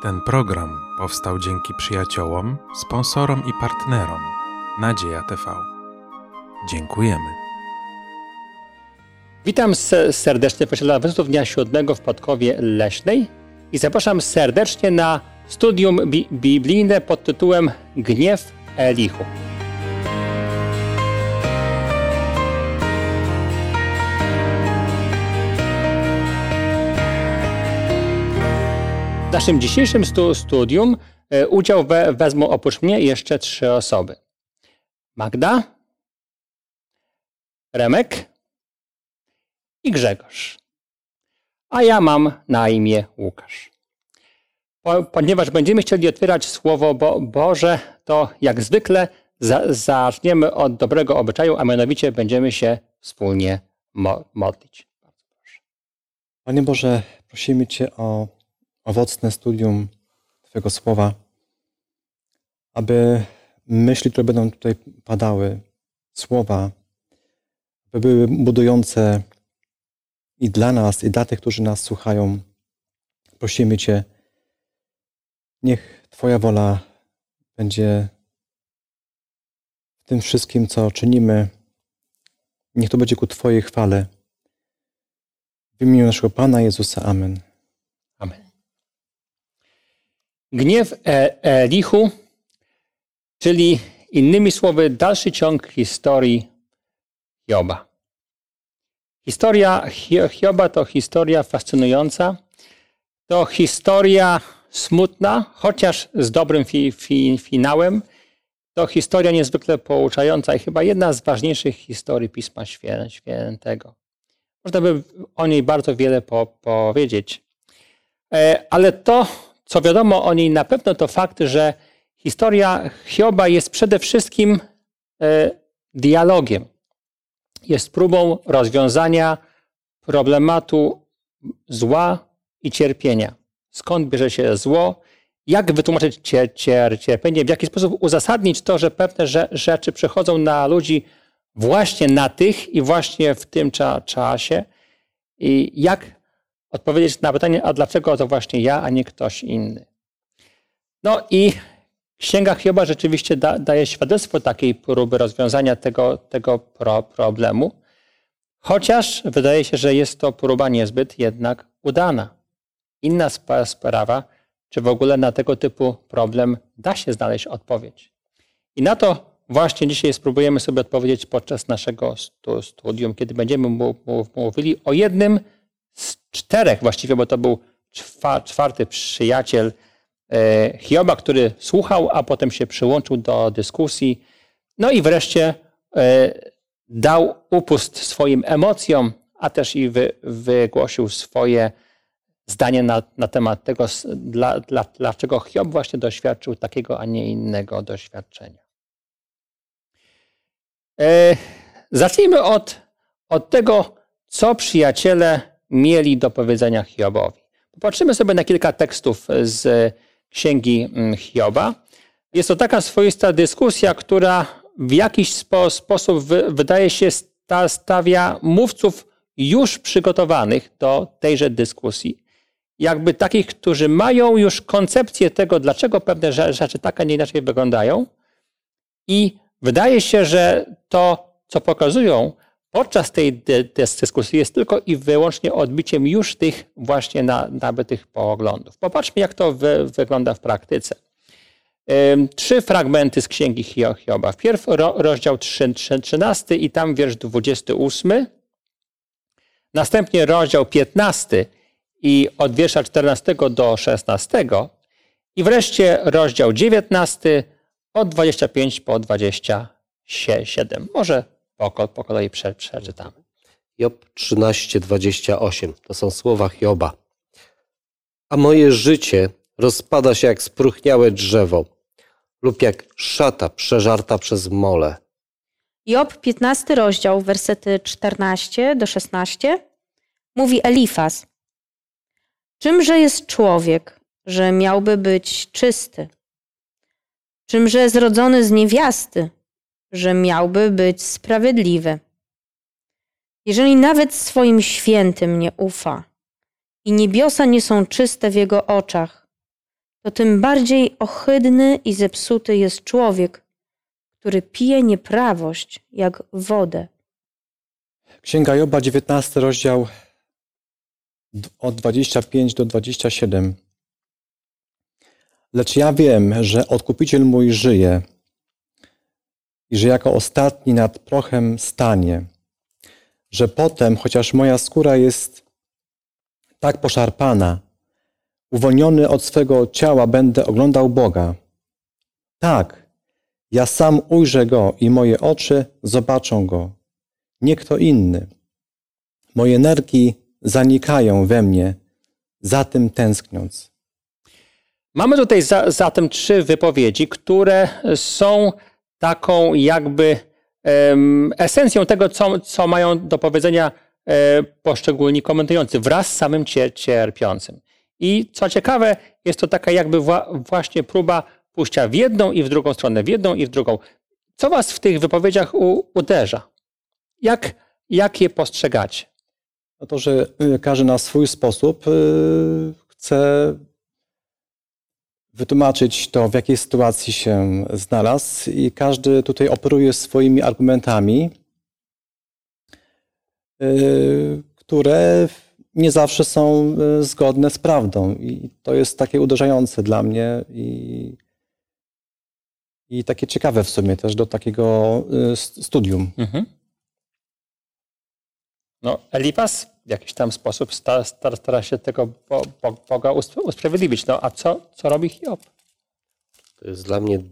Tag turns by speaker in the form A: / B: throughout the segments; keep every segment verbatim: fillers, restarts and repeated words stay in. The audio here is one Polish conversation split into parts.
A: Ten program powstał dzięki przyjaciołom, sponsorom i partnerom Nadzieja T V. Dziękujemy.
B: Witam serdecznie posiadacza Adwentów Dnia Siódmego w Podkowie Leśnej i zapraszam serdecznie na studium bi- biblijne pod tytułem Gniew Elihu. W naszym dzisiejszym stu- studium e, udział we, wezmą oprócz mnie jeszcze trzy osoby. Magda, Remek i Grzegorz. A ja mam na imię Łukasz. Po, ponieważ będziemy chcieli otwierać Słowo Bo- Boże, to jak zwykle za, zaczniemy od dobrego obyczaju, a mianowicie będziemy się wspólnie mo- modlić.
C: Panie Boże, prosimy Cię o owocne studium Twojego Słowa, aby myśli, które będą tutaj padały, słowa, by były budujące i dla nas, i dla tych, którzy nas słuchają. Prosimy Cię, niech Twoja wola będzie w tym wszystkim, co czynimy. Niech to będzie ku Twojej chwale. W imieniu naszego Pana Jezusa. Amen.
B: Amen. Gniew e- Elihu, czyli innymi słowy dalszy ciąg historii Hioba. Historia Hioba to historia fascynująca, to historia smutna, chociaż z dobrym fi- fi- finałem. To historia niezwykle pouczająca i chyba jedna z ważniejszych historii Pisma Świę- Świętego. Można by o niej bardzo wiele po- powiedzieć. E, ale to, co wiadomo o niej na pewno, to fakt, że historia Hioba jest przede wszystkim e, dialogiem. Jest próbą rozwiązania problematu zła i cierpienia. Skąd bierze się zło? Jak wytłumaczyć cier- cier- cierpienie? W jaki sposób uzasadnić to, że pewne rze- rzeczy przychodzą na ludzi właśnie na tych i właśnie w tym cza- czasie? I jak odpowiedzieć na pytanie, a dlaczego to właśnie ja, a nie ktoś inny? No i Księga Hioba rzeczywiście da, daje świadectwo takiej próby rozwiązania tego, tego pro, problemu, chociaż wydaje się, że jest to próba niezbyt jednak udana. Inna sp- sprawa, czy w ogóle na tego typu problem da się znaleźć odpowiedź. I na to właśnie dzisiaj spróbujemy sobie odpowiedzieć podczas naszego stu, studium, kiedy będziemy mu, mu, mówili o jednym z czterech właściwie, bo to był czwa, czwarty przyjaciel Hioba, który słuchał, a potem się przyłączył do dyskusji. No i wreszcie e, dał upust swoim emocjom, a też i wy, wygłosił swoje zdanie na, na temat tego, dla, dla, dlaczego Hiob właśnie doświadczył takiego, a nie innego doświadczenia. E, zacznijmy od, od tego, co przyjaciele mieli do powiedzenia Hiobowi. Popatrzymy sobie na kilka tekstów z Księgi Hioba. Jest to taka swoista dyskusja, która w jakiś spo, sposób wy, wydaje się sta, stawia mówców już przygotowanych do tejże dyskusji. Jakby takich, którzy mają już koncepcję tego, dlaczego pewne rzeczy tak, a nie inaczej wyglądają. I wydaje się, że to, co pokazują podczas tej dyskusji, jest tylko i wyłącznie odbiciem już tych właśnie na, nabytych poglądów. Popatrzmy, jak to wy, wygląda w praktyce. Ym, trzy fragmenty z Księgi Hioba. Wpierw ro, rozdział trzynasty i tam wiersz dwudziesty ósmy. Następnie rozdział piętnasty i od wiersza czternastego do szesnastego. I wreszcie rozdział dziewiętnasty od dwudziestego piątego po dwudziesty siódmy. Może Po, po kolei prze, przeczytamy.
D: Job trzynaście, dwadzieścia osiem. To są słowa Hioba. A moje życie rozpada się jak spróchniałe drzewo lub jak szata przeżarta przez mole.
E: Job piętnasty rozdział, wersety czternaście do szesnastego mówi Elifaz. Czymże jest człowiek, że miałby być czysty? Czymże zrodzony z niewiasty, że miałby być sprawiedliwy? Jeżeli nawet swoim świętym nie ufa i niebiosa nie są czyste w jego oczach, to tym bardziej ohydny i zepsuty jest człowiek, który pije nieprawość jak wodę.
C: Księga Joba, dziewiętnasty rozdział, od dwudziestego piątego do dwudziestego siódmego. Lecz ja wiem, że Odkupiciel mój żyje i że jako ostatni nad prochem stanie, że potem, chociaż moja skóra jest tak poszarpana, uwolniony od swego ciała będę oglądał Boga. Tak, ja sam ujrzę Go i moje oczy zobaczą Go. Nie kto inny. Moje nerki zanikają we mnie, za tym tęskniąc.
B: Mamy tutaj za, zatem trzy wypowiedzi, które są taką jakby um, esencją tego, co, co mają do powiedzenia e, poszczególni komentujący wraz z samym cier, cierpiącym. I co ciekawe, jest to taka jakby wła, właśnie próba pójścia w jedną i w drugą stronę, w jedną i w drugą. Co was w tych wypowiedziach u, uderza? Jak, jak je postrzegacie?
C: No to, że każdy na swój sposób yy, chce wytłumaczyć to, w jakiej sytuacji się znalazł i każdy tutaj operuje swoimi argumentami, yy, które nie zawsze są zgodne z prawdą. I to jest takie uderzające dla mnie i, i takie ciekawe w sumie też do takiego studium.
B: Mhm. No, Elifas w jakiś tam sposób stara, stara się tego Boga usprawiedliwić. No, a co, co robi Hiob?
D: To jest dla mnie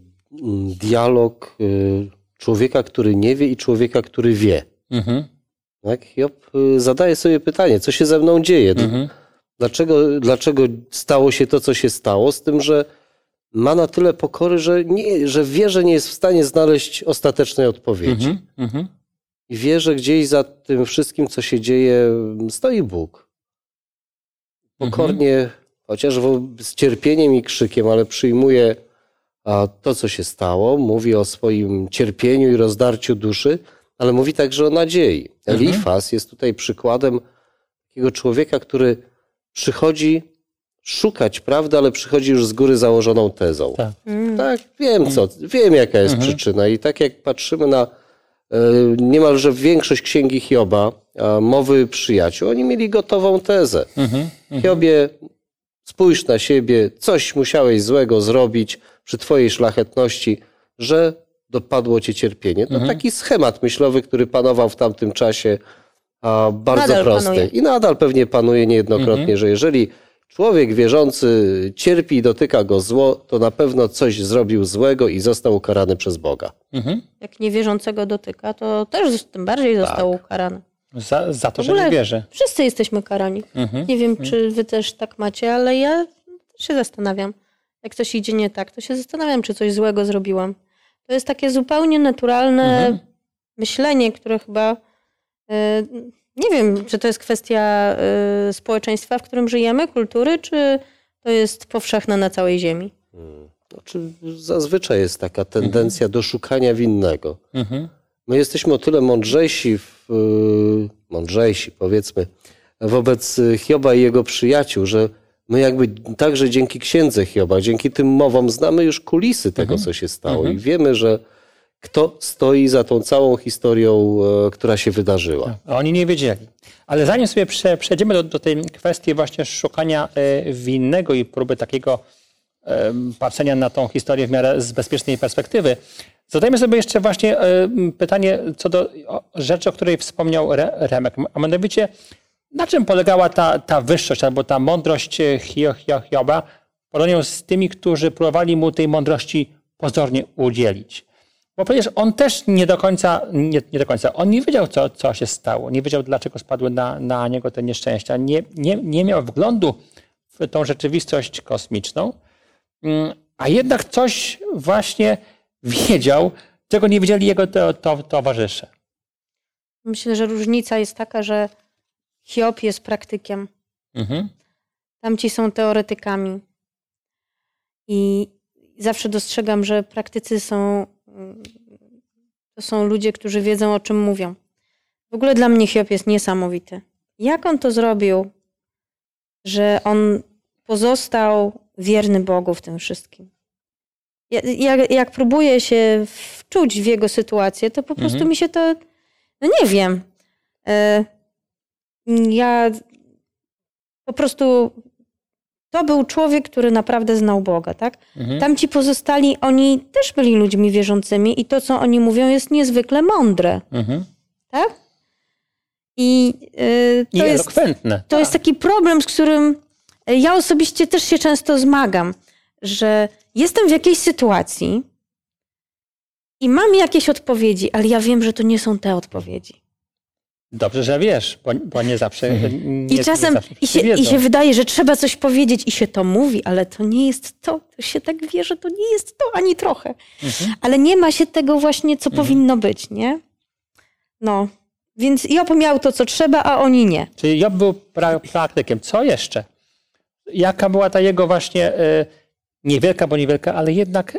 D: dialog człowieka, który nie wie i człowieka, który wie. Mhm. Tak? Hiob zadaje sobie pytanie, co się ze mną dzieje? Mhm. Dlaczego, dlaczego stało się to, co się stało? Z tym, że ma na tyle pokory, że, nie, że wie, że nie jest w stanie znaleźć ostatecznej odpowiedzi. Mhm. Mhm. I wie, że gdzieś za tym wszystkim, co się dzieje, stoi Bóg. Pokornie, mhm. chociaż z cierpieniem i krzykiem, ale przyjmuje to, co się stało. Mówi o swoim cierpieniu i rozdarciu duszy, ale mówi także o nadziei. Mhm. Elifas jest tutaj przykładem takiego człowieka, który przychodzi szukać prawdy, ale przychodzi już z góry założoną tezą. Tak, mm. tak wiem co, wiem jaka jest mhm. przyczyna. I tak jak patrzymy na niemalże większość księgi Hioba, mowy przyjaciół, oni mieli gotową tezę. Mhm, Hiobie, spójrz na siebie, coś musiałeś złego zrobić przy twojej szlachetności, że dopadło cię cierpienie. To mhm. taki schemat myślowy, który panował w tamtym czasie, a bardzo nadal prosty. Panuje. I nadal pewnie panuje niejednokrotnie, mhm. że jeżeli człowiek wierzący cierpi i dotyka go zło, to na pewno coś zrobił złego i został ukarany przez Boga. Mhm.
E: Jak niewierzącego dotyka, to też tym bardziej został tak. ukarany.
B: Za, za to, że nie wierzy.
E: Wszyscy jesteśmy karani. Mhm. Nie wiem, mhm. czy wy też tak macie, ale ja się zastanawiam. Jak coś idzie nie tak, to się zastanawiam, czy coś złego zrobiłam. To jest takie zupełnie naturalne mhm. myślenie, które chyba... Yy, nie wiem, czy to jest kwestia y, społeczeństwa, w którym żyjemy, kultury, czy to jest powszechne na całej ziemi?
D: Hmm. Znaczy, zazwyczaj jest taka tendencja mhm. do szukania winnego. Mhm. My jesteśmy o tyle mądrzejsi, w, y, mądrzejsi powiedzmy, wobec Hioba i jego przyjaciół, że my jakby także dzięki księdze Hioba, dzięki tym mowom znamy już kulisy tego, mhm. co się stało mhm. i wiemy, że kto stoi za tą całą historią, e, która się wydarzyła.
B: A oni nie wiedzieli. Ale zanim sobie prze, przejdziemy do, do tej kwestii właśnie szukania e, winnego i próby takiego e, patrzenia na tą historię w miarę z bezpiecznej perspektywy, zadajmy sobie jeszcze właśnie e, pytanie co do o, rzeczy, o której wspomniał Re, Remek. A mianowicie, na czym polegała ta, ta wyższość albo ta mądrość Hioba w porównaniu z tymi, którzy próbowali mu tej mądrości pozornie udzielić? Bo przecież on też nie do końca, nie, nie do końca, on nie wiedział, co, co się stało, nie wiedział, dlaczego spadły na, na niego te nieszczęścia, nie, nie, nie miał wglądu w tą rzeczywistość kosmiczną, a jednak coś właśnie wiedział, czego nie wiedzieli jego to, to, towarzysze.
E: Myślę, że różnica jest taka, że Hiob jest praktykiem, mhm. tamci są teoretykami i zawsze dostrzegam, że praktycy są to są ludzie, którzy wiedzą, o czym mówią. W ogóle dla mnie Hiob jest niesamowity. Jak on to zrobił, że on pozostał wierny Bogu w tym wszystkim. Jak, jak próbuję się wczuć w jego sytuację, to po prostu
B: Mhm.
E: mi się to... No nie wiem. E, Ja po prostu... To był człowiek, który naprawdę znał Boga, tak?
B: Mhm.
E: Tam ci pozostali, oni też byli ludźmi wierzącymi i to, co oni mówią, jest niezwykle mądre,
B: Mhm.
E: tak? I y,
B: I
E: to, jest,
B: elokwentne.
E: to jest taki problem, z którym ja osobiście też się często zmagam, że jestem w jakiejś sytuacji i mam jakieś odpowiedzi, ale ja wiem, że to nie są te odpowiedzi.
B: Dobrze, że wiesz, bo, bo nie zawsze. Nie,
E: I czasem
B: nie zawsze
E: i się,
B: wiedzą.
E: i się wydaje, że trzeba coś powiedzieć i się to mówi, ale to nie jest to. To się tak wie, że to nie jest to ani trochę.
B: Mhm.
E: Ale nie ma się tego właśnie, co powinno być, nie? No. Więc Job miał to, co trzeba, a oni nie.
B: Czyli Job był pra praktykiem. Co jeszcze? Jaka była ta jego właśnie e, niewielka, bo niewielka, ale jednak e,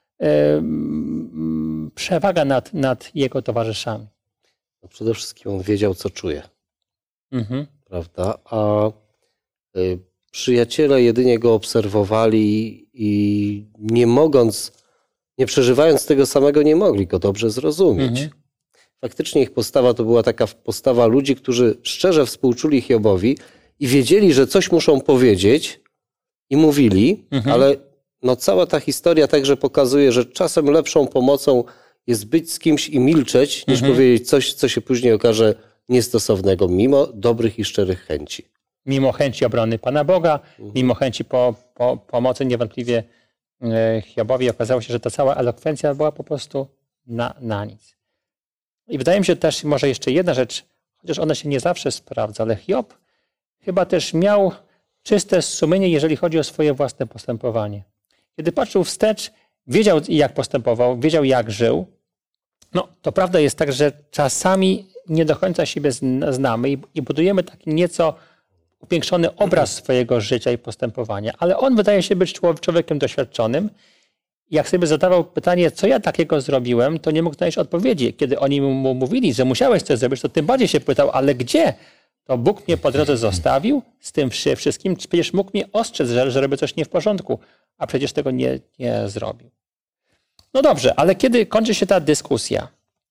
B: m, przewaga nad, nad jego towarzyszami?
D: No przede wszystkim on wiedział, co czuje,
B: Mhm.
D: prawda? A y, przyjaciele jedynie go obserwowali i nie mogąc, nie przeżywając tego samego, nie mogli go dobrze zrozumieć.
B: Mhm.
D: Faktycznie ich postawa to była taka postawa ludzi, którzy szczerze współczuli Hiobowi i wiedzieli, że coś muszą powiedzieć i mówili,
B: Mhm.
D: ale no cała ta historia także pokazuje, że czasem lepszą pomocą jest być z kimś i milczeć, niż
B: Mhm.
D: powiedzieć coś, co się później okaże niestosownego, mimo dobrych i szczerych chęci.
B: Mimo chęci obrony Pana Boga, mimo chęci po, po, pomocy niewątpliwie e, Hiobowi okazało się, że ta cała elokwencja była po prostu na, na nic. I wydaje mi się też, może jeszcze jedna rzecz, chociaż ona się nie zawsze sprawdza, ale Hiob chyba też miał czyste sumienie, jeżeli chodzi o swoje własne postępowanie. Kiedy patrzył wstecz, wiedział, jak postępował, wiedział, jak żył. No, to prawda jest tak, że czasami nie do końca siebie zn- znamy i, i budujemy taki nieco upiększony obraz swojego życia i postępowania, ale on wydaje się być człow- człowiekiem doświadczonym. Jak sobie zadawał pytanie, co ja takiego zrobiłem, to nie mógł znaleźć odpowiedzi. Kiedy oni mu mówili, że musiałeś coś zrobić, to tym bardziej się pytał, ale gdzie? To Bóg mnie po drodze zostawił z tym wszy- wszystkim. Przecież mógł mnie ostrzec, że, że robię coś nie w porządku, a przecież tego nie, nie zrobił. No dobrze, ale kiedy kończy się ta dyskusja,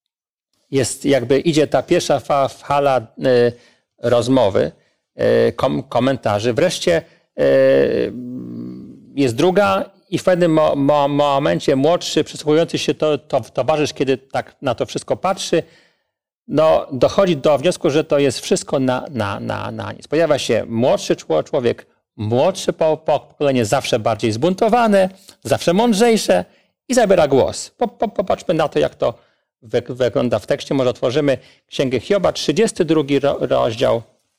B: jest jakby idzie ta pierwsza fa- fala y, rozmowy, y, kom- komentarzy, wreszcie y, jest druga i w pewnym mo- mo- momencie młodszy, przysłuchujący się to, to towarzysz, kiedy tak na to wszystko patrzy, no, dochodzi do wniosku, że to jest wszystko na, na, na, na nic. Pojawia się młodszy człowiek, młodsze po- pokolenie, zawsze bardziej zbuntowane, zawsze mądrzejsze i zabiera głos. Po, po, popatrzmy na to, jak to wy, wygląda w tekście. Może otworzymy Księgę Hioba, trzydziesty drugi ro, rozdział.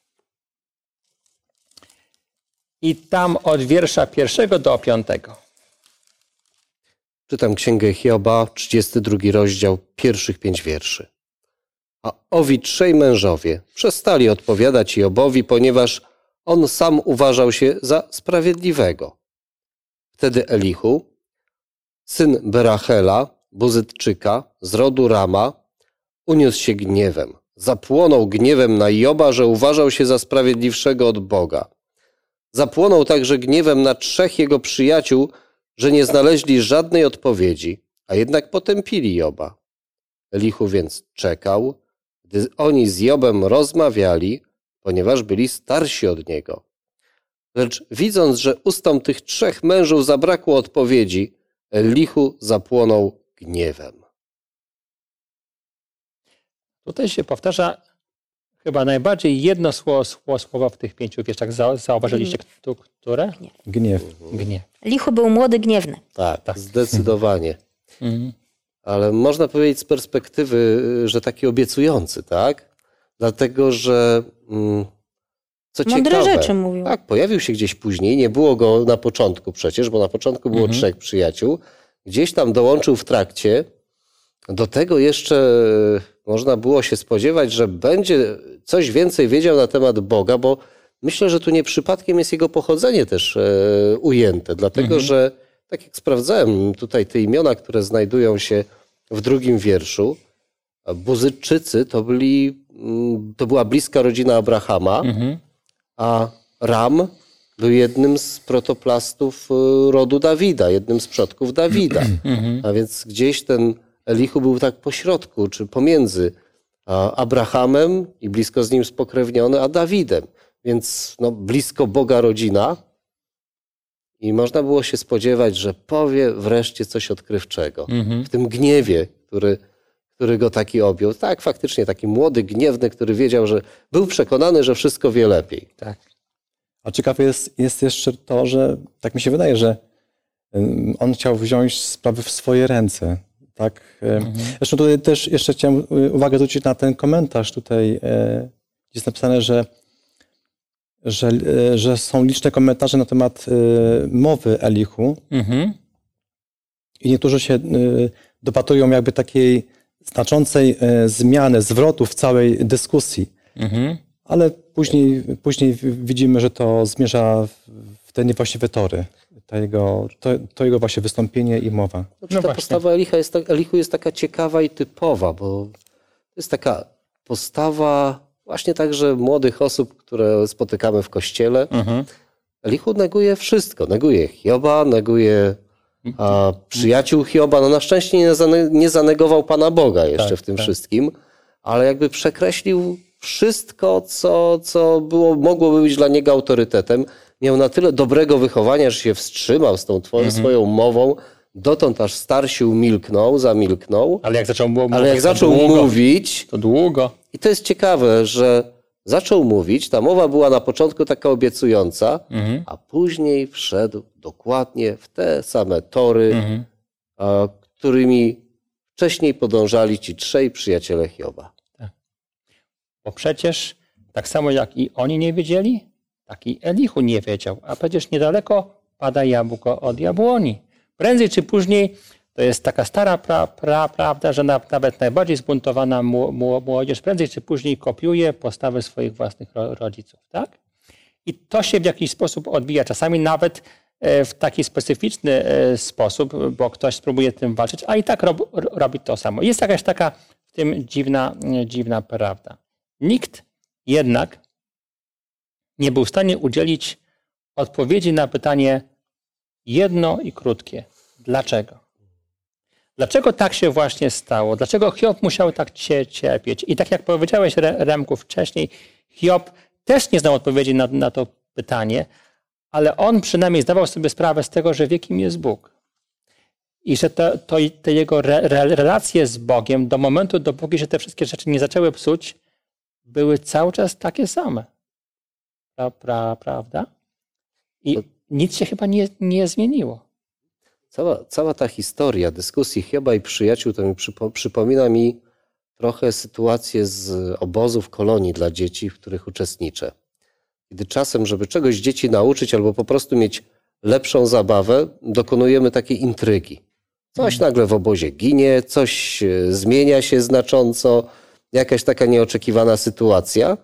B: I tam od wiersza pierwszego do piątego.
D: Czytam Księgę Hioba, trzydziesty drugi rozdział, pierwszych pięć wierszy. A owi trzej mężowie przestali odpowiadać Hiobowi, ponieważ on sam uważał się za sprawiedliwego. Wtedy Elihu, syn Berachela, Buzytczyka, z rodu Rama, uniósł się gniewem. Zapłonął gniewem na Joba, że uważał się za sprawiedliwszego od Boga. Zapłonął także gniewem na trzech jego przyjaciół, że nie znaleźli żadnej odpowiedzi, a jednak potępili Joba. Elihu więc czekał, gdy oni z Jobem rozmawiali, ponieważ byli starsi od niego. Lecz widząc, że ustom tych trzech mężów zabrakło odpowiedzi, Elihu zapłonął gniewem.
B: Tutaj się powtarza chyba najbardziej jedno słowo, słowo, słowo w tych pięciu wierszach. Za- Zauważyliście, kto- które?
C: Gniew.
B: Gniew.
E: Lichu był młody, gniewny.
D: Tak,
B: Tak.
D: zdecydowanie.
B: Mhm.
D: Ale można powiedzieć z perspektywy, że taki obiecujący, tak? Dlatego, że mm, co
E: Mądre
D: ciekawe,
E: rzeczy mówił.
D: tak, pojawił się gdzieś później, nie było go na początku przecież, bo na początku było
B: Mhm.
D: trzech przyjaciół. Gdzieś tam dołączył w trakcie. Do tego jeszcze można było się spodziewać, że będzie coś więcej wiedział na temat Boga, bo myślę, że tu nie przypadkiem jest jego pochodzenie też e, ujęte, dlatego
B: Mhm.
D: że tak jak sprawdzałem tutaj te imiona, które znajdują się w drugim wierszu, Buzytczycy to, byli, mm, to była bliska rodzina Abrahama,
B: Mhm.
D: a Ram był jednym z protoplastów rodu Dawida, jednym z przodków Dawida. A więc gdzieś ten Elihu był tak pośrodku, czy pomiędzy Abrahamem i blisko z nim spokrewniony, a Dawidem. Więc no, blisko Boga rodzina. I można było się spodziewać, że powie wreszcie coś odkrywczego. W tym gniewie, który, który go taki objął. Tak, faktycznie taki młody, gniewny, który wiedział, że był przekonany, że wszystko wie lepiej.
B: Tak.
C: A ciekawe jest, jest jeszcze to, że tak mi się wydaje, że on chciał wziąć sprawy w swoje ręce. Tak? Mhm. Zresztą tutaj też jeszcze chciałem uwagę zwrócić na ten komentarz tutaj, gdzie jest napisane, że, że, że są liczne komentarze na temat mowy Elihu. Mhm. I niektórzy się dopatrują jakby takiej znaczącej zmiany, zwrotu w całej dyskusji. Mhm. Ale później, później widzimy, że to zmierza w te niewłaściwe tory. To jego, to, to jego właśnie wystąpienie i mowa.
D: No, ta właśnie. Postawa Elicha jest, Elihu jest taka ciekawa i typowa, bo to jest taka postawa właśnie także młodych osób, które spotykamy w kościele. Mhm. Elihu neguje wszystko. Neguje Hioba, neguje a, przyjaciół Hioba. No na szczęście nie, zane, nie zanegował Pana Boga jeszcze tak, w tym tak. wszystkim, ale jakby przekreślił wszystko, co, co było, mogłoby być dla niego autorytetem. Miał na tyle dobrego wychowania, że się wstrzymał z tą twoją, mhm. swoją mową. Dotąd aż starsi umilknął, zamilknął.
B: Ale jak zaczął, mówić,
D: ale jak zaczął
B: długo,
D: mówić...
B: To długo.
D: I to jest ciekawe, że zaczął mówić, ta mowa była na początku taka obiecująca, mhm. a później wszedł dokładnie w te same tory, mhm. a, którymi wcześniej podążali ci trzej przyjaciele Hioba.
B: Tak. Bo przecież tak samo jak i oni nie wiedzieli, tak i Elihu nie wiedział. A przecież niedaleko pada jabłko od jabłoni. Prędzej czy później, to jest taka stara pra, pra, prawda, że na, nawet najbardziej zbuntowana młodzież prędzej czy później kopiuje postawy swoich własnych rodziców. Tak? I to się w jakiś sposób odbija. Czasami nawet w taki specyficzny sposób, bo ktoś spróbuje tym walczyć, a i tak rob, robi to samo. Jest jakaś taka w tym dziwna, dziwna prawda. Nikt jednak nie był w stanie udzielić odpowiedzi na pytanie jedno i krótkie. Dlaczego? Dlaczego tak się właśnie stało? Dlaczego Hiob musiał tak cierpieć? I tak jak powiedziałeś, Remku, wcześniej, Hiob też nie znał odpowiedzi na, na to pytanie, ale on przynajmniej zdawał sobie sprawę z tego, że wie, kim jest Bóg. I że to, to, te jego re, re, relacje z Bogiem do momentu, dopóki się te wszystkie rzeczy nie zaczęły psuć, były cały czas takie same. Pra, pra, prawda? I nic się chyba nie, nie zmieniło.
D: Cała, cała ta historia dyskusji Hioba i przyjaciół to mi przypo, przypomina mi trochę sytuację z obozów kolonii dla dzieci, w których uczestniczę. Kiedy czasem, żeby czegoś dzieci nauczyć albo po prostu mieć lepszą zabawę, dokonujemy takiej intrygi. Coś nagle w obozie ginie, coś zmienia się znacząco, jakaś taka nieoczekiwana sytuacja.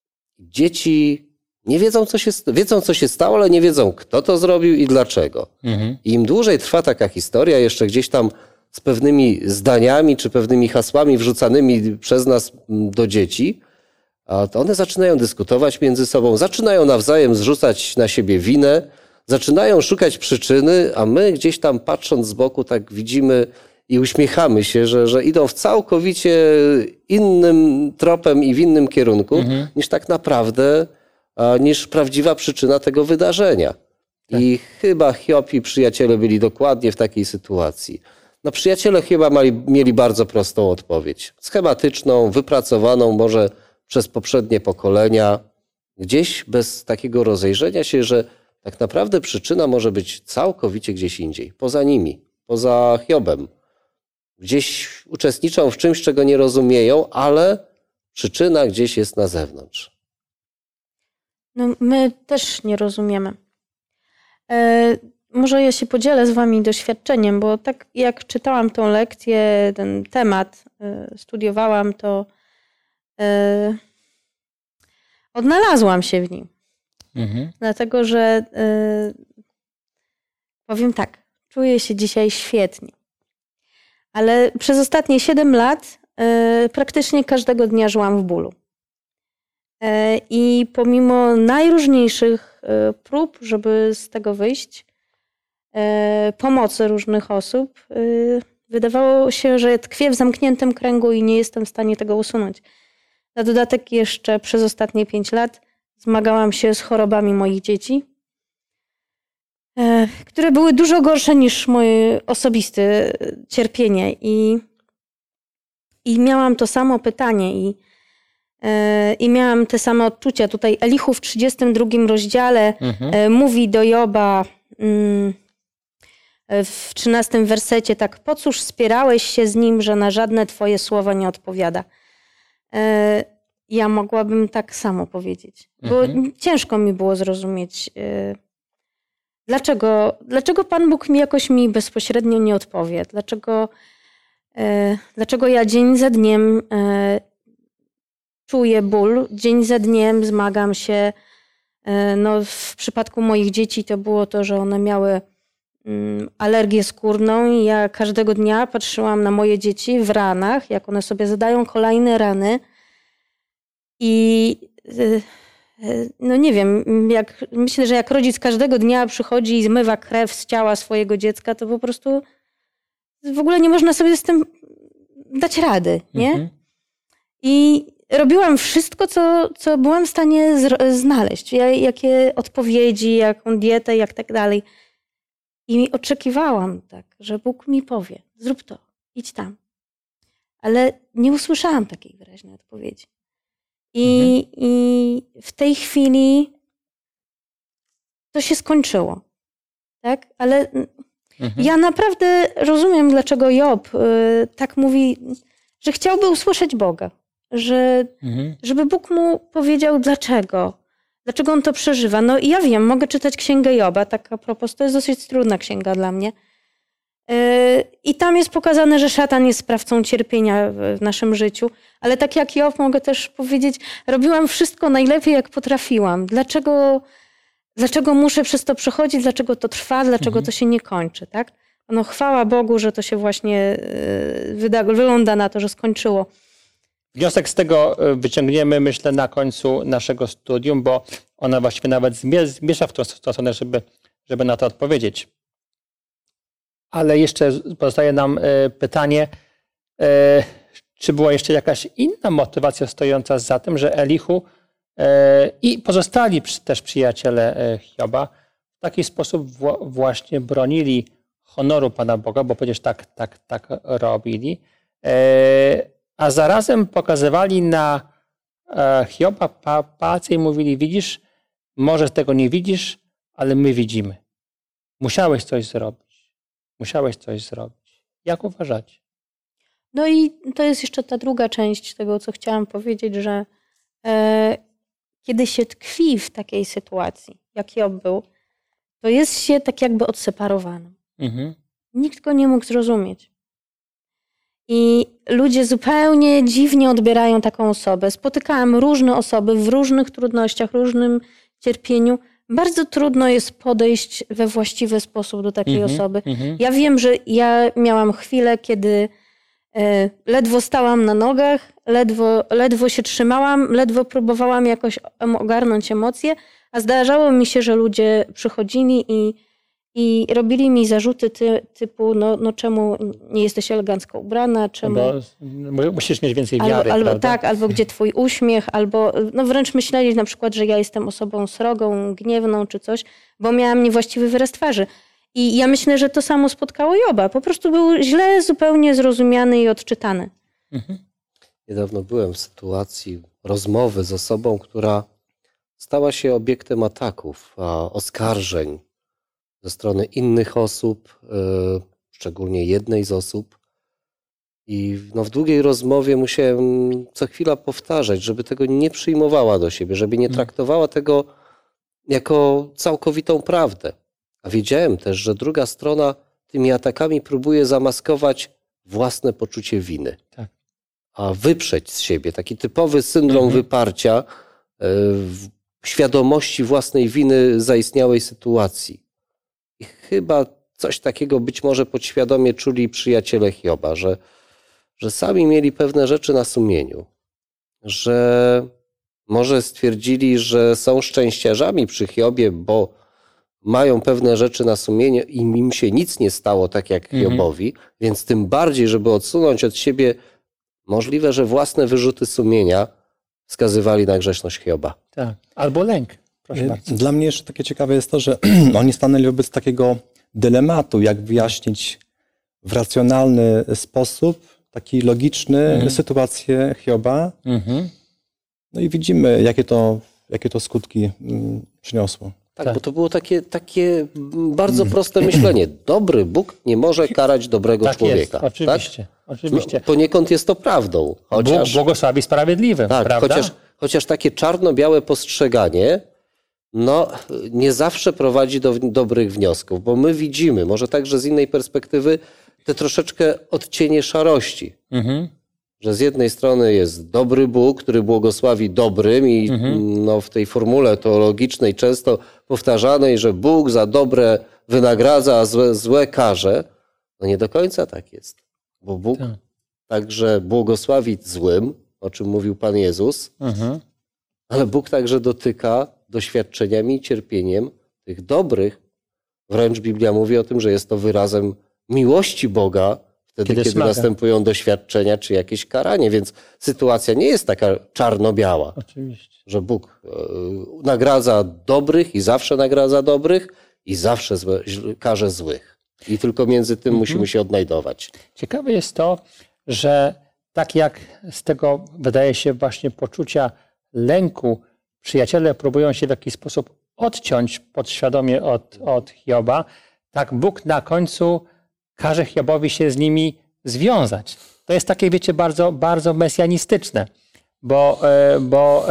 D: Dzieci nie wiedzą, co się, wiedzą, co się stało, ale nie wiedzą, kto to zrobił i dlaczego. Mhm. I im dłużej trwa taka historia, jeszcze gdzieś tam z pewnymi zdaniami czy pewnymi hasłami wrzucanymi przez nas do dzieci, to one zaczynają dyskutować między sobą, zaczynają nawzajem zrzucać na siebie winę, zaczynają szukać przyczyny, a my gdzieś tam patrząc z boku tak widzimy i uśmiechamy się, że, że idą w całkowicie innym tropem i w innym kierunku, mhm. niż tak naprawdę, niż prawdziwa przyczyna tego wydarzenia. Tak. I chyba Hiob i przyjaciele byli dokładnie w takiej sytuacji. No przyjaciele chyba mieli, mieli bardzo prostą odpowiedź. Schematyczną, wypracowaną może przez poprzednie pokolenia. Gdzieś bez takiego rozejrzenia się, że tak naprawdę przyczyna może być całkowicie gdzieś indziej. Poza nimi, poza Hiobem. Gdzieś uczestniczą w czymś, czego nie rozumieją, ale przyczyna gdzieś jest na zewnątrz.
E: No, my też nie rozumiemy. E, może ja się podzielę z wami doświadczeniem, bo tak jak czytałam tą lekcję, ten temat, e, studiowałam, to e, odnalazłam się w nim. Mhm. Dlatego, że e, powiem tak, czuję się dzisiaj świetnie. Ale przez ostatnie siedem lat e, praktycznie każdego dnia żyłam w bólu. I pomimo najróżniejszych prób, żeby z tego wyjść, pomocy różnych osób, wydawało się, że tkwię w zamkniętym kręgu i nie jestem w stanie tego usunąć. Na dodatek jeszcze przez ostatnie pięć lat zmagałam się z chorobami moich dzieci, które były dużo gorsze niż moje osobiste cierpienie. I, i miałam to samo pytanie i, i miałam te same odczucia. Tutaj Elihu w trzydziestym drugim rozdziale mhm. mówi do Joba w trzynastym wersecie tak: po cóż spierałeś się z nim, że na żadne twoje słowa nie odpowiada? Ja mogłabym tak samo powiedzieć, bo mhm. ciężko mi było zrozumieć, dlaczego, dlaczego Pan Bóg mi jakoś mi bezpośrednio nie odpowie, dlaczego, dlaczego ja dzień za dniem czuję ból, dzień za dniem zmagam się. No, w przypadku moich dzieci to było to, że one miały alergię skórną i ja każdego dnia patrzyłam na moje dzieci w ranach, jak one sobie zadają kolejne rany i no nie wiem, jak, myślę, że jak rodzic każdego dnia przychodzi i zmywa krew z ciała swojego dziecka, to po prostu w ogóle nie można sobie z tym dać rady, nie? Mhm. I robiłam wszystko, co, co byłam w stanie znaleźć, jakie odpowiedzi, jaką dietę, jak tak dalej. I oczekiwałam tak, że Bóg mi powie, zrób to, idź tam. Ale nie usłyszałam takiej wyraźnej odpowiedzi. I, mhm. i w tej chwili to się skończyło. Tak? Ale mhm. ja naprawdę rozumiem, dlaczego Job y, tak mówi, że chciałby usłyszeć Boga. Że, mhm. żeby Bóg mu powiedział dlaczego. Dlaczego on to przeżywa? No i ja wiem, mogę czytać Księgę Joba, tak a propos, to jest dosyć trudna księga dla mnie. Yy, I tam jest pokazane, że szatan jest sprawcą cierpienia w naszym życiu, ale tak jak Job mogę też powiedzieć, robiłam wszystko najlepiej, jak potrafiłam. Dlaczego, dlaczego muszę przez to przechodzić? Dlaczego to trwa? Dlaczego mhm. to się nie kończy? Tak? No chwała Bogu, że to się właśnie yy, wyda, wygląda na to, że skończyło.
B: Wniosek z tego wyciągniemy, myślę, na końcu naszego studium, bo ona właściwie nawet zmierza w tą stronę, żeby, żeby na to odpowiedzieć. Ale jeszcze pozostaje nam pytanie, czy była jeszcze jakaś inna motywacja stojąca za tym, że Elihu i pozostali też przyjaciele Hioba w taki sposób właśnie bronili honoru Pana Boga, bo przecież tak, tak, tak robili, a zarazem pokazywali na Hioba palce i mówili: widzisz, może tego nie widzisz, ale my widzimy. Musiałeś coś zrobić. Musiałeś coś zrobić. Jak uważacie?
E: No i to jest jeszcze ta druga część tego, co chciałam powiedzieć, że e, kiedy się tkwi w takiej sytuacji, jak Hiob był, to jest się tak jakby odseparowanym. Mhm. Nikt go nie mógł zrozumieć. I ludzie zupełnie dziwnie odbierają taką osobę. Spotykałam różne osoby w różnych trudnościach, różnym cierpieniu. Bardzo trudno jest podejść we właściwy sposób do takiej mm-hmm, osoby. Mm-hmm. Ja wiem, że ja miałam chwilę, kiedy e, ledwo stałam na nogach, ledwo, ledwo się trzymałam, ledwo próbowałam jakoś ogarnąć emocje, a zdarzało mi się, że ludzie przychodzili i I robili mi zarzuty ty, typu, no, no czemu nie jesteś elegancko ubrana, czemu...
B: Bo musisz mieć więcej wiary,
E: albo,
B: prawda?
E: Tak, albo gdzie twój uśmiech, albo no wręcz myśleli na przykład, że ja jestem osobą srogą, gniewną czy coś, bo miałam niewłaściwy wyraz twarzy. I ja myślę, że to samo spotkało Joba. Po prostu był źle zupełnie zrozumiany i odczytany.
D: Mhm. Niedawno byłem w sytuacji rozmowy z osobą, która stała się obiektem ataków, oskarżeń ze strony innych osób, szczególnie jednej z osób. I no w długiej rozmowie musiałem co chwila powtarzać, żeby tego nie przyjmowała do siebie, żeby nie traktowała tego jako całkowitą prawdę. A wiedziałem też, że druga strona tymi atakami próbuje zamaskować własne poczucie winy. Tak. A wyprzeć z siebie taki typowy syndrom mhm. wyparcia w świadomości własnej winy zaistniałej sytuacji. I chyba coś takiego być może podświadomie czuli przyjaciele Hioba, że, że sami mieli pewne rzeczy na sumieniu, że Może stwierdzili, że są szczęściarzami przy Hiobie, bo mają pewne rzeczy na sumieniu i im się nic nie stało tak jak Hiobowi, mhm. więc tym bardziej, żeby odsunąć od siebie możliwe, że własne wyrzuty sumienia wskazywali na grzeszność Hioba.
B: Tak. Albo lęk. Proszę bardzo.
C: Dla mnie jeszcze takie ciekawe jest to, że oni stanęli wobec takiego dylematu, jak wyjaśnić w racjonalny sposób, taki logiczny mhm. sytuację Hioba. Mhm. No i widzimy, jakie to, jakie to skutki mm, przyniosło.
D: Tak,
B: tak,
D: bo to było takie, takie bardzo proste myślenie. Dobry Bóg nie może karać dobrego
B: tak
D: człowieka.
B: Jest, oczywiście.
D: Tak?
B: oczywiście.
D: No, poniekąd jest to prawdą. Chociaż,
B: Bóg błogosławi sprawiedliwym,
D: tak,
B: prawda?
D: Chociaż, chociaż takie czarno-białe postrzeganie no, nie zawsze prowadzi do dobrych wniosków, bo my widzimy, może także z innej perspektywy, te troszeczkę odcienie szarości. Mhm. Że z jednej strony jest dobry Bóg, który błogosławi dobrym i mhm. no, w tej formule teologicznej często powtarzanej, że Bóg za dobre wynagradza, a złe, złe karze. No nie do końca tak jest. Bo Bóg tak. także błogosławi złym, o czym mówił Pan Jezus, mhm. ale Bóg także dotyka doświadczeniami i cierpieniem tych dobrych. Wręcz Biblia mówi o tym, że jest to wyrazem miłości Boga, wtedy, kiedy, kiedy następują doświadczenia czy jakieś karanie. Więc sytuacja nie jest taka czarno-biała.
B: Oczywiście.
D: Że Bóg nagradza dobrych i zawsze nagradza dobrych i zawsze złe, karze złych. I tylko między tym mhm. musimy się odnajdować.
B: Ciekawe jest to, że tak jak z tego wydaje się właśnie poczucia lęku, przyjaciele próbują się w jakiś sposób odciąć podświadomie od, od Hioba, tak Bóg na końcu każe Hiobowi się z nimi związać. To jest takie, wiecie, bardzo, bardzo mesjanistyczne, bo, bo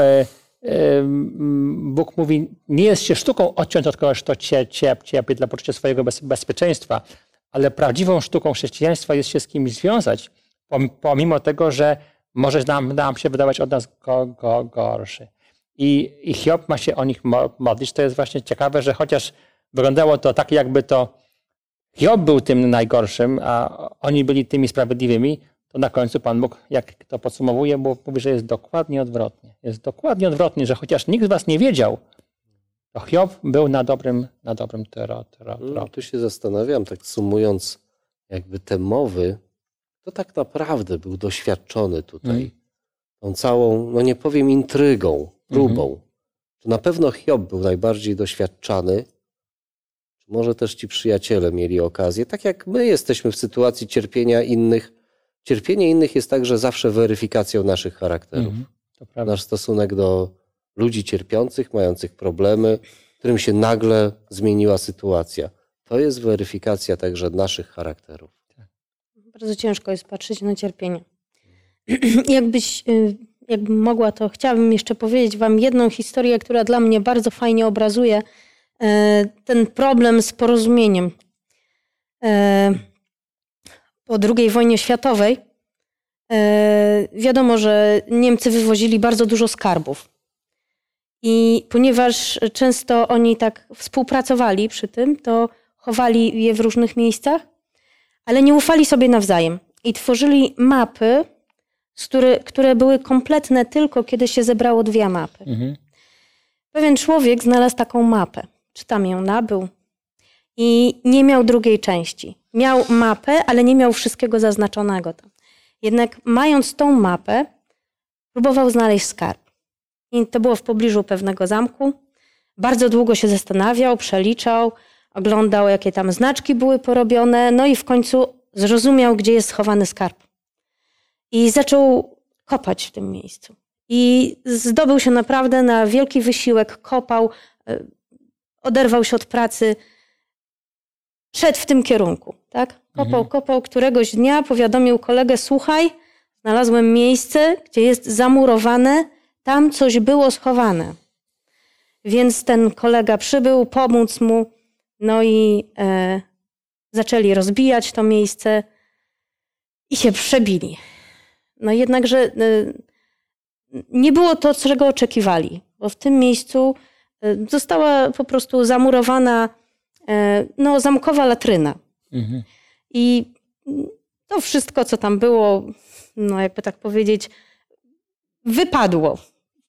B: Bóg mówi, nie jest się sztuką odciąć od kogoś, kto cierpi dla poczucia swojego bezpieczeństwa, ale prawdziwą sztuką chrześcijaństwa jest się z kimś związać, pomimo tego, że może nam, nam się wydawać od nas go, go, gorszy. I, I Hiob ma się o nich modlić. To jest właśnie ciekawe, że chociaż wyglądało to tak, jakby to Hiob był tym najgorszym, a oni byli tymi sprawiedliwymi, to na końcu Pan Bóg, jak to podsumowuje, mówi, że jest dokładnie odwrotnie. Jest dokładnie odwrotnie, że chociaż nikt z was nie wiedział, to Hiob był na dobrym, na dobrym tropie.
D: No, tu się zastanawiam, tak sumując jakby te mowy, to tak naprawdę był doświadczony tutaj mm. tą całą, no nie powiem intrygą, próbą. Mm. To na pewno Hiob był najbardziej doświadczany. Może też ci przyjaciele mieli okazję. Tak jak my jesteśmy w sytuacji cierpienia innych. Cierpienie innych jest także zawsze weryfikacją naszych charakterów. Mm, to prawda. Nasz stosunek do ludzi cierpiących, mających problemy, którym się nagle zmieniła sytuacja. To jest weryfikacja także naszych charakterów.
E: Bardzo ciężko jest patrzeć na cierpienie. Jakbyś, jakbym mogła, to chciałabym jeszcze powiedzieć wam jedną historię, która dla mnie bardzo fajnie obrazuje ten problem z porozumieniem. Po drugiej wojnie światowej wiadomo, że Niemcy wywozili bardzo dużo skarbów. I ponieważ często oni tak współpracowali przy tym, to chowali je w różnych miejscach, ale nie ufali sobie nawzajem. I tworzyli mapy, które, które były kompletne tylko, kiedy się zebrało dwie mapy. Mhm. Pewien człowiek znalazł taką mapę. Czy tam ją nabył? I nie miał drugiej części. Miał mapę, ale nie miał wszystkiego zaznaczonego tam. Jednak mając tą mapę, próbował znaleźć skarb. I to było w pobliżu pewnego zamku. Bardzo długo się zastanawiał, przeliczał, oglądał, jakie tam znaczki były porobione, no i w końcu zrozumiał, gdzie jest schowany skarb. I zaczął kopać w tym miejscu. I zdobył się naprawdę na wielki wysiłek, kopał, oderwał się od pracy, szedł w tym kierunku. Tak? Kopał, mhm. kopał. Któregoś dnia powiadomił kolegę, słuchaj, znalazłem miejsce, gdzie jest zamurowane, tam coś było schowane. Więc ten kolega przybył, pomóc mu, no i e, zaczęli rozbijać to miejsce i się przebili. No jednakże e, nie było to, czego oczekiwali, bo w tym miejscu e, została po prostu zamurowana e, no, zamkowa latryna. Mhm. I to wszystko, co tam było, no jakby tak powiedzieć, wypadło.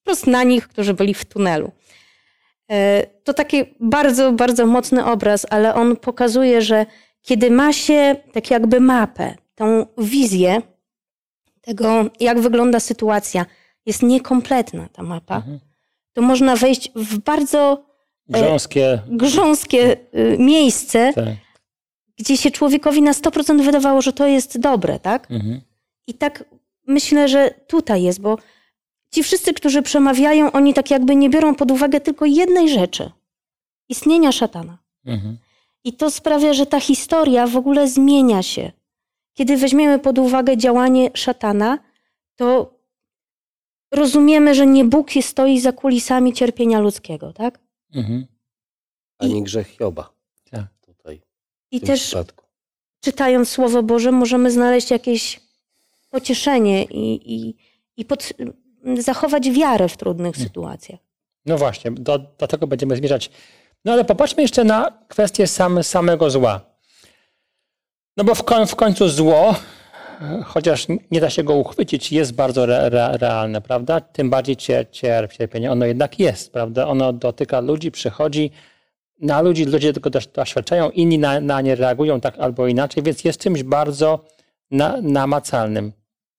E: wprost na nich, którzy byli w tunelu. To taki bardzo, bardzo mocny obraz, ale on pokazuje, że kiedy ma się tak jakby mapę, tą wizję tego, jak wygląda sytuacja, jest niekompletna ta mapa, mhm. to można wejść w bardzo
B: grząskie,
E: grząskie miejsce, tak. gdzie się człowiekowi na sto procent wydawało, że to jest dobre, tak? Mhm. I tak myślę, że tutaj jest, bo ci wszyscy, którzy przemawiają, oni tak jakby nie biorą pod uwagę tylko jednej rzeczy. Istnienia szatana. Mhm. I to sprawia, że ta historia w ogóle zmienia się. Kiedy weźmiemy pod uwagę działanie szatana, to rozumiemy, że nie Bóg stoi za kulisami cierpienia ludzkiego, tak?
D: Mhm. Ani I, grzech Hioba. Tak. Tutaj,
E: I też przypadku. Czytając Słowo Boże możemy znaleźć jakieś pocieszenie i, i, i pod, zachować wiarę w trudnych hmm. sytuacjach.
B: No właśnie, do, do tego będziemy zmierzać. No ale popatrzmy jeszcze na kwestię sam, samego zła. No bo w, koń, w końcu zło, chociaż nie da się go uchwycić, jest bardzo re, re, realne, prawda? Tym bardziej cier, cier, cierpienie. Ono jednak jest, prawda? Ono dotyka ludzi, przychodzi na ludzi, ludzie tego doświadczają, inni na, na nie reagują tak albo inaczej, więc jest czymś bardzo na, namacalnym.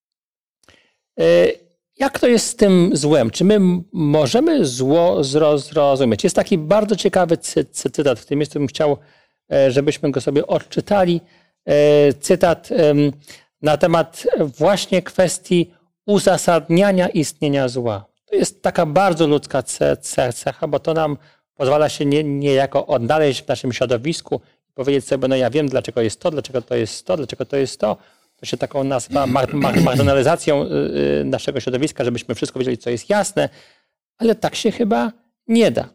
B: Jak to jest z tym złem? Czy my możemy zło zrozumieć? Jest taki bardzo ciekawy cy, cy, cytat w tym miejscu, bym chciał, żebyśmy go sobie odczytali. Cytat na temat właśnie kwestii uzasadniania istnienia zła. To jest taka bardzo ludzka cecha, bo to nam pozwala się nie, niejako odnaleźć w naszym środowisku i powiedzieć sobie, no ja wiem, dlaczego jest to, dlaczego to jest to, dlaczego to jest to. To się taką nazywa marginalizacją naszego środowiska, żebyśmy wszystko wiedzieli, co jest jasne, ale tak się chyba nie da.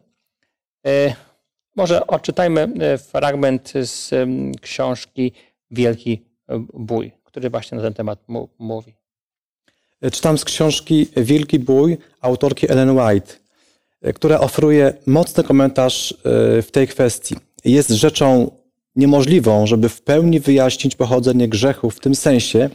B: Może odczytajmy fragment z książki Wielki Bój, który właśnie na ten temat mówi.
C: Czytam z książki Wielki Bój autorki Ellen White, która oferuje mocny komentarz w tej kwestii. Jest rzeczą niemożliwą, żeby w pełni wyjaśnić pochodzenie grzechu w tym sensie,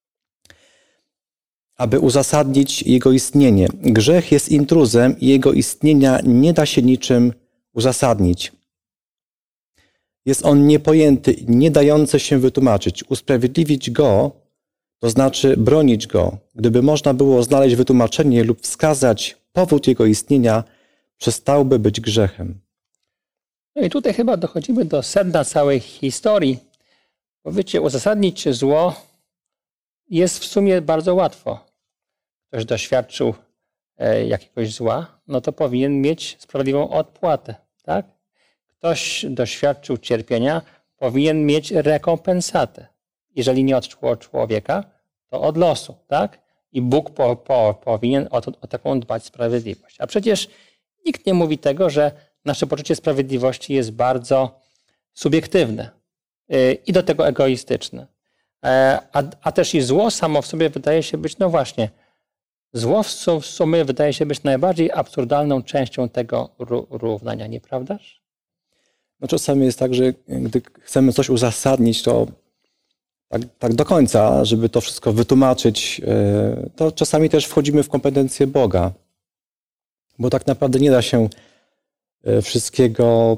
C: aby uzasadnić jego istnienie. Grzech jest intruzem i jego istnienia nie da się niczym uzasadnić. Jest on niepojęty i nie dający się wytłumaczyć. Usprawiedliwić go, to znaczy bronić go. Gdyby można było znaleźć wytłumaczenie lub wskazać powód jego istnienia, przestałby być grzechem.
B: No i tutaj chyba dochodzimy do sedna całej historii. Bo wiecie, uzasadnić zło jest w sumie bardzo łatwo. Ktoś doświadczył jakiegoś zła, no to powinien mieć sprawiedliwą odpłatę, tak? Ktoś doświadczył cierpienia, powinien mieć rekompensatę. Jeżeli nie od człowieka, to od losu, tak? I Bóg po, po, powinien o, to, o taką dbać sprawiedliwość. A przecież nikt nie mówi tego, że nasze poczucie sprawiedliwości jest bardzo subiektywne yy, i do tego egoistyczne. E, a, a też i zło samo w sobie wydaje się być, no właśnie, zło w, w sumie wydaje się być najbardziej absurdalną częścią tego równania, nieprawdaż?
C: No czasami jest tak, że gdy chcemy coś uzasadnić, to tak, tak do końca, żeby to wszystko wytłumaczyć, to czasami też wchodzimy w kompetencje Boga. Bo tak naprawdę nie da się wszystkiego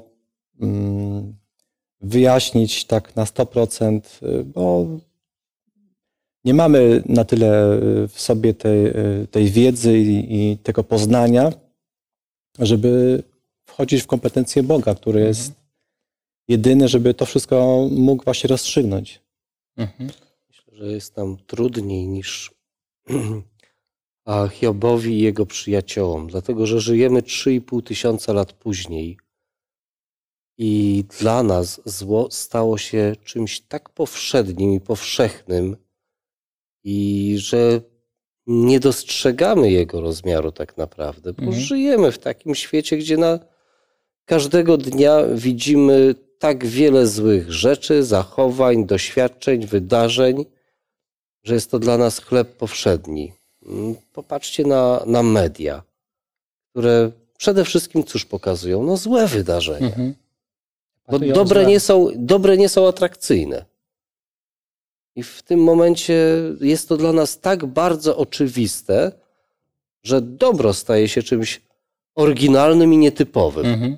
C: wyjaśnić tak na sto procent, bo nie mamy na tyle w sobie tej, tej wiedzy i, i tego poznania, żeby wchodzić w kompetencje Boga, który mhm. jest jedyny, żeby to wszystko mógł właśnie rozstrzygnąć.
D: Mhm. Myślę, że jest nam trudniej niż a Hiobowi i jego przyjaciołom, dlatego że żyjemy trzy i pół tysiąca lat później i dla nas zło stało się czymś tak powszednim i powszechnym i że nie dostrzegamy jego rozmiaru tak naprawdę, bo mhm. żyjemy w takim świecie, gdzie na każdego dnia widzimy tak wiele złych rzeczy, zachowań, doświadczeń, wydarzeń, że jest to dla nas chleb powszedni. Popatrzcie na, na media, które przede wszystkim cóż pokazują? No złe wydarzenia. Mhm. Bo dobre nie, są, dobre nie są atrakcyjne. I w tym momencie jest to dla nas tak bardzo oczywiste, że dobro staje się czymś oryginalnym i nietypowym.
B: Mhm.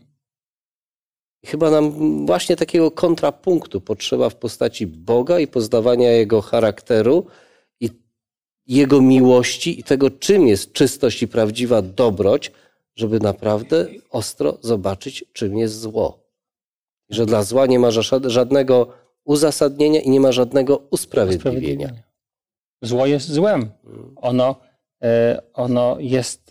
D: I chyba nam właśnie takiego kontrapunktu potrzeba w postaci Boga i poznawania Jego charakteru i Jego miłości i tego, czym jest czystość i prawdziwa dobroć, żeby naprawdę ostro zobaczyć, czym jest zło. I że dla zła nie ma żadnego uzasadnienia i nie ma żadnego usprawiedliwienia.
B: Zło jest złem. Ono, ono jest,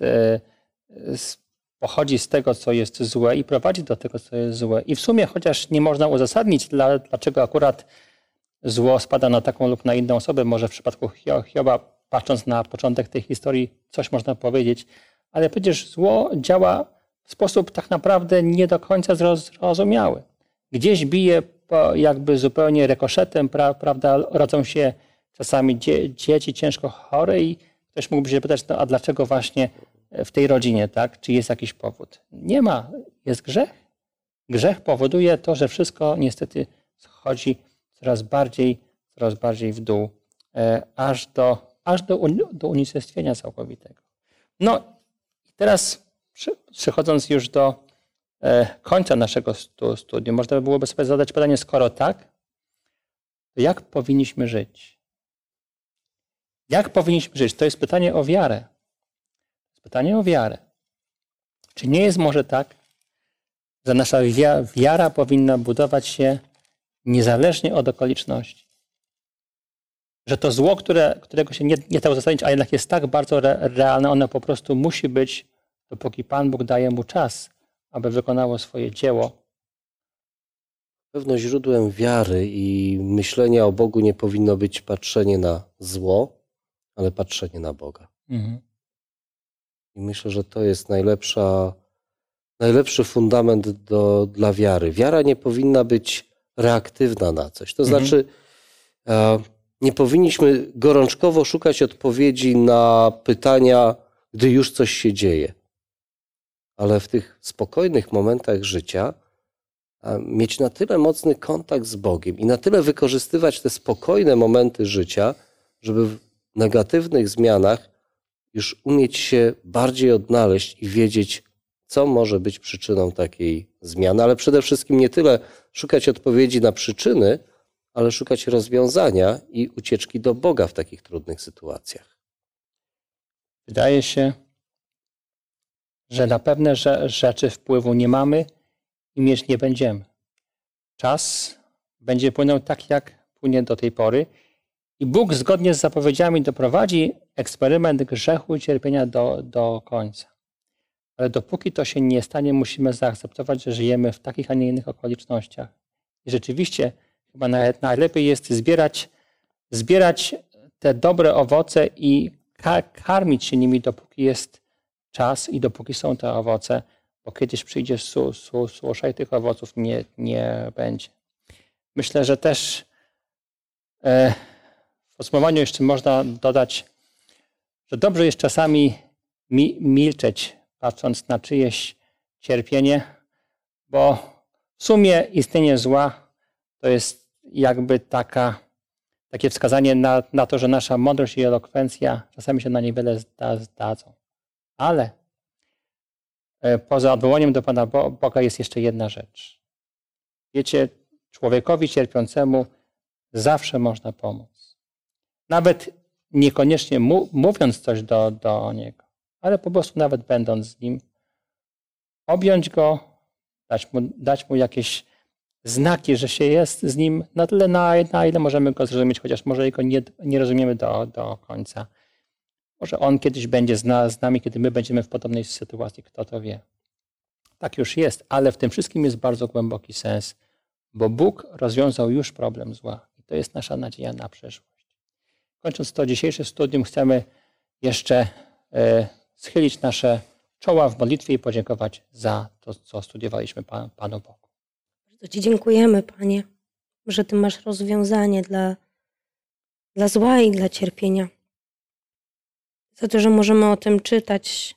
B: pochodzi z tego, co jest złe i prowadzi do tego, co jest złe. I w sumie, chociaż nie można uzasadnić, dlaczego akurat zło spada na taką lub na inną osobę, może w przypadku Hioba, patrząc na początek tej historii, coś można powiedzieć, ale przecież zło działa w sposób tak naprawdę nie do końca zrozumiały. Gdzieś bije jakby zupełnie rekoszetem, pra, prawda, rodzą się czasami dzie, dzieci ciężko chore i ktoś mógłby się pytać, no a dlaczego właśnie w tej rodzinie, tak? Czy jest jakiś powód? Nie ma. Jest grzech. Grzech powoduje to, że wszystko niestety schodzi coraz bardziej, coraz bardziej w dół, e, aż do, aż do, do unicestwienia całkowitego. No i teraz przy, przechodząc już do e, końca naszego stu, studium, można by byłoby sobie zadać pytanie, skoro tak, to jak powinniśmy żyć? Jak powinniśmy żyć? To jest pytanie o wiarę. To jest pytanie o wiarę. Czy nie jest może tak, że nasza wiara powinna budować się niezależnie od okoliczności? Że to zło, które, którego się nie, nie da uzasadnić, a jednak jest tak bardzo re, realne, ono po prostu musi być, dopóki Pan Bóg daje mu czas, aby wykonało swoje dzieło.
D: Pewno źródłem wiary i myślenia o Bogu nie powinno być patrzenie na zło, ale patrzenie na Boga. Mhm. I myślę, że to jest najlepsza, najlepszy fundament do, dla wiary. Wiara nie powinna być reaktywna na coś. To mhm. znaczy e, nie powinniśmy gorączkowo szukać odpowiedzi na pytania, gdy już coś się dzieje. Ale w tych spokojnych momentach życia a, mieć na tyle mocny kontakt z Bogiem i na tyle wykorzystywać te spokojne momenty życia, żeby w negatywnych zmianach już umieć się bardziej odnaleźć i wiedzieć, co może być przyczyną takiej zmiany. Ale przede wszystkim nie tyle szukać odpowiedzi na przyczyny, ale szukać rozwiązania i ucieczki do Boga w takich trudnych sytuacjach.
B: Wydaje się, że na pewne rzeczy wpływu nie mamy i mieć nie będziemy. Czas będzie płynął tak, jak płynie do tej pory i Bóg zgodnie z zapowiedziami doprowadzi eksperyment grzechu i cierpienia do, do końca. Ale dopóki to się nie stanie, musimy zaakceptować, że żyjemy w takich, a nie innych okolicznościach. I rzeczywiście chyba najlepiej jest zbierać, zbierać te dobre owoce i karmić się nimi, dopóki jest czas i dopóki są te owoce, bo kiedyś przyjdzie su, su, susza i tych owoców nie, nie będzie. Myślę, że też e, w podsumowaniu jeszcze można dodać, że dobrze jest czasami mi, milczeć, patrząc na czyjeś cierpienie, bo w sumie istnienie zła to jest jakby taka, takie wskazanie na, na to, że nasza mądrość i elokwencja czasami się na niewiele zda, zdadzą. Ale poza odwołaniem do Pana Boga jest jeszcze jedna rzecz. Wiecie, człowiekowi cierpiącemu zawsze można pomóc. Nawet niekoniecznie mu, mówiąc coś do, do niego, ale po prostu nawet będąc z nim, objąć go, dać mu, dać mu jakieś znaki, że się jest z nim na tyle, na, na ile możemy go zrozumieć, chociaż może jego nie, nie rozumiemy do, do końca. Może on kiedyś będzie z, na, z nami, kiedy my będziemy w podobnej sytuacji, kto to wie. Tak już jest, ale w tym wszystkim jest bardzo głęboki sens, bo Bóg rozwiązał już problem zła. I to jest nasza nadzieja na przyszłość. Kończąc to dzisiejsze studium, chcemy jeszcze e, schylić nasze czoła w modlitwie i podziękować za to, co studiowaliśmy Pan, Panu Bogu.
E: Bardzo Ci dziękujemy, Panie, że Ty masz rozwiązanie dla, dla zła i dla cierpienia. Za to, że możemy o tym czytać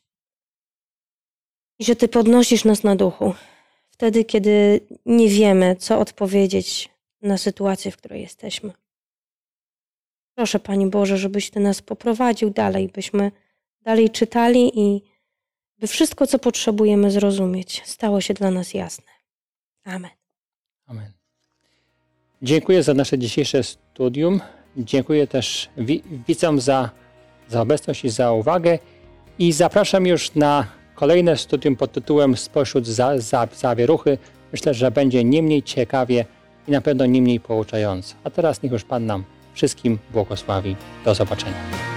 E: i że Ty podnosisz nas na duchu. Wtedy, kiedy nie wiemy, co odpowiedzieć na sytuację, w której jesteśmy. Proszę, Panie Boże, żebyś Ty nas poprowadził dalej, byśmy dalej czytali i by wszystko, co potrzebujemy zrozumieć, stało się dla nas jasne. Amen.
B: Amen. Dziękuję za nasze dzisiejsze studium. Dziękuję też wi- widzom za, za obecność i za uwagę. I zapraszam już na kolejne studium pod tytułem Spośród za, za, zawieruchy. Myślę, że będzie nie mniej ciekawie i na pewno nie mniej pouczająco. A teraz niech już Pan nam wszystkim błogosławi. Do zobaczenia.